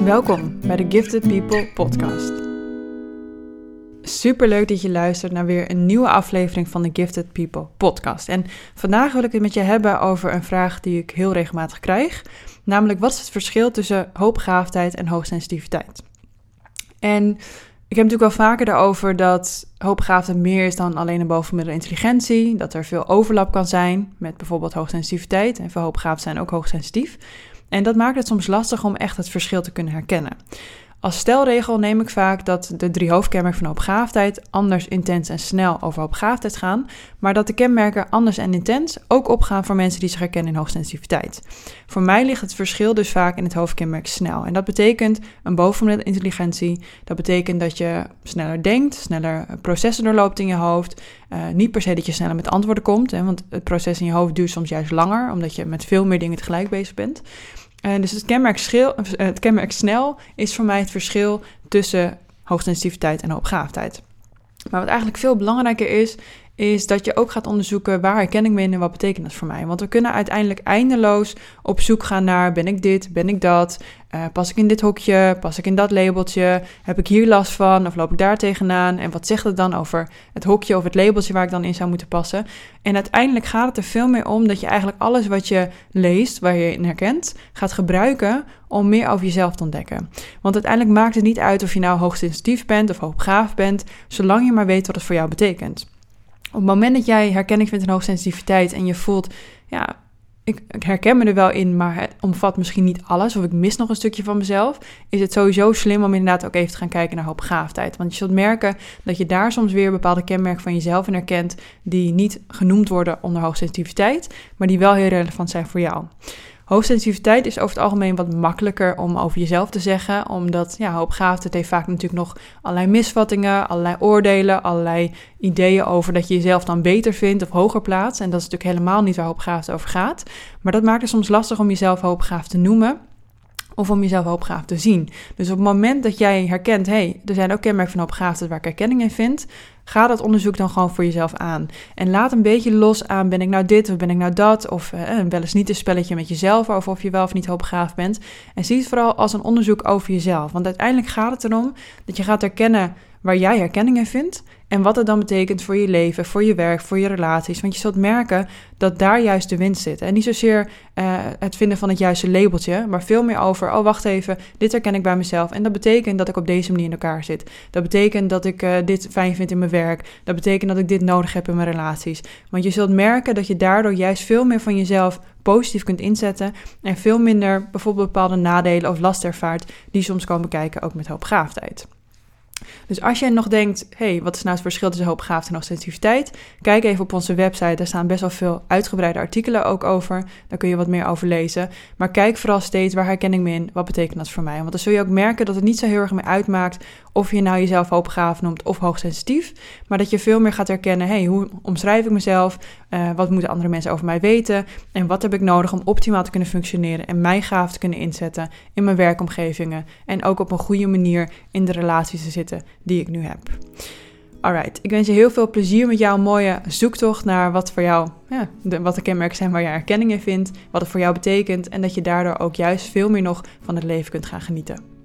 Welkom bij de Gifted People podcast. Superleuk dat je luistert naar weer een nieuwe aflevering van de Gifted People podcast. En vandaag wil ik het met je hebben over een vraag die ik heel regelmatig krijg. Namelijk, wat is het verschil tussen hoogbegaafdheid en hoogsensitiviteit? En ik heb natuurlijk wel vaker daarover dat hoogbegaafdheid meer is dan alleen een bovenmiddelde intelligentie. Dat er veel overlap kan zijn met bijvoorbeeld hoogsensitiviteit. En veel hoogbegaafden zijn ook hoogsensitief. En dat maakt het soms lastig om echt het verschil te kunnen herkennen. Als stelregel neem ik vaak dat de 3 hoofdkenmerken van hoogbegaafdheid anders, intens en snel over hoogbegaafdheid gaan, maar dat de kenmerken anders en intens ook opgaan voor mensen die zich herkennen in hoogsensitiviteit. Voor mij ligt het verschil dus vaak in het hoofdkenmerk snel. En dat betekent een bovenmiddelde intelligentie. Dat betekent dat je sneller denkt, sneller processen doorloopt in je hoofd. Niet per se dat je sneller met antwoorden komt, want het proces in je hoofd duurt soms juist langer, omdat je met veel meer dingen tegelijk bezig bent. Dus het kenmerk snel is voor mij het verschil tussen hoogsensitiviteit en hoogbegaafdheid. Maar wat eigenlijk veel belangrijker is dat je ook gaat onderzoeken waar herken ik me in en wat betekent dat voor mij. Want we kunnen uiteindelijk eindeloos op zoek gaan naar ben ik dit, ben ik dat, pas ik in dit hokje, pas ik in dat labeltje, heb ik hier last van of loop ik daar tegenaan en wat zegt het dan over het hokje of het labeltje waar ik dan in zou moeten passen. En uiteindelijk gaat het er veel meer om dat je eigenlijk alles wat je leest, waar je in herkent, gaat gebruiken om meer over jezelf te ontdekken. Want uiteindelijk maakt het niet uit of je nou hoogsensitief bent of hoogbegaafd bent, zolang je maar weet wat het voor jou betekent. Op het moment dat jij herkenning vindt in hoogsensitiviteit en je voelt, ja, ik herken me er wel in, maar het omvat misschien niet alles, of ik mis nog een stukje van mezelf, is het sowieso slim om inderdaad ook even te gaan kijken naar hoogbegaafdheid. Want je zult merken dat je daar soms weer bepaalde kenmerken van jezelf in herkent die niet genoemd worden onder hoogsensitiviteit, maar die wel heel relevant zijn voor jou. Hoogsensitiviteit is over het algemeen wat makkelijker om over jezelf te zeggen, omdat hoogbegaafdheid heeft vaak natuurlijk nog allerlei misvattingen, allerlei oordelen, allerlei ideeën over dat je jezelf dan beter vindt of hoger plaatst. En dat is natuurlijk helemaal niet waar hoogbegaafdheid over gaat. Maar dat maakt het soms lastig om jezelf hoogbegaafd te noemen of om jezelf hoogbegaafd te zien. Dus op het moment dat jij herkent, er zijn ook kenmerken van hoogbegaafdheid waar ik herkenning in vind, ga dat onderzoek dan gewoon voor jezelf aan. En laat een beetje los aan, ben ik nou dit of ben ik nou dat? Of wel eens niet een spelletje met jezelf over of je wel of niet hoogbegaafd bent. En zie het vooral als een onderzoek over jezelf. Want uiteindelijk gaat het erom dat je gaat herkennen waar jij herkenning in vindt en wat het dan betekent voor je leven, voor je werk, voor je relaties. Want je zult merken dat daar juist de winst zit. En niet zozeer het vinden van het juiste labeltje, maar veel meer over, wacht even, dit herken ik bij mezelf. En dat betekent dat ik op deze manier in elkaar zit. Dat betekent dat ik dit fijn vind in mijn werk. Dat betekent dat ik dit nodig heb in mijn relaties. Want je zult merken dat je daardoor juist veel meer van jezelf positief kunt inzetten en veel minder bijvoorbeeld bepaalde nadelen of last ervaart die soms komen kijken, ook met hoogbegaafdheid. Dus als jij nog denkt, wat is nou het verschil tussen hoogbegaafdheid en hoogsensitiviteit? Kijk even op onze website, daar staan best wel veel uitgebreide artikelen ook over. Daar kun je wat meer over lezen. Maar kijk vooral steeds, waar herken ik me in? Wat betekent dat voor mij? Want dan zul je ook merken dat het niet zo heel erg meer uitmaakt of je nou jezelf hoogbegaafd noemt of hoogsensitief. Maar dat je veel meer gaat herkennen, hoe omschrijf ik mezelf? Wat moeten andere mensen over mij weten? En wat heb ik nodig om optimaal te kunnen functioneren en mijn gaven te kunnen inzetten in mijn werkomgevingen en ook op een goede manier in de relaties te zitten die ik nu heb. Alright, ik wens je heel veel plezier met jouw mooie zoektocht naar wat voor jou, wat de kenmerken zijn waar je herkenning in vindt, wat het voor jou betekent en dat je daardoor ook juist veel meer nog van het leven kunt gaan genieten.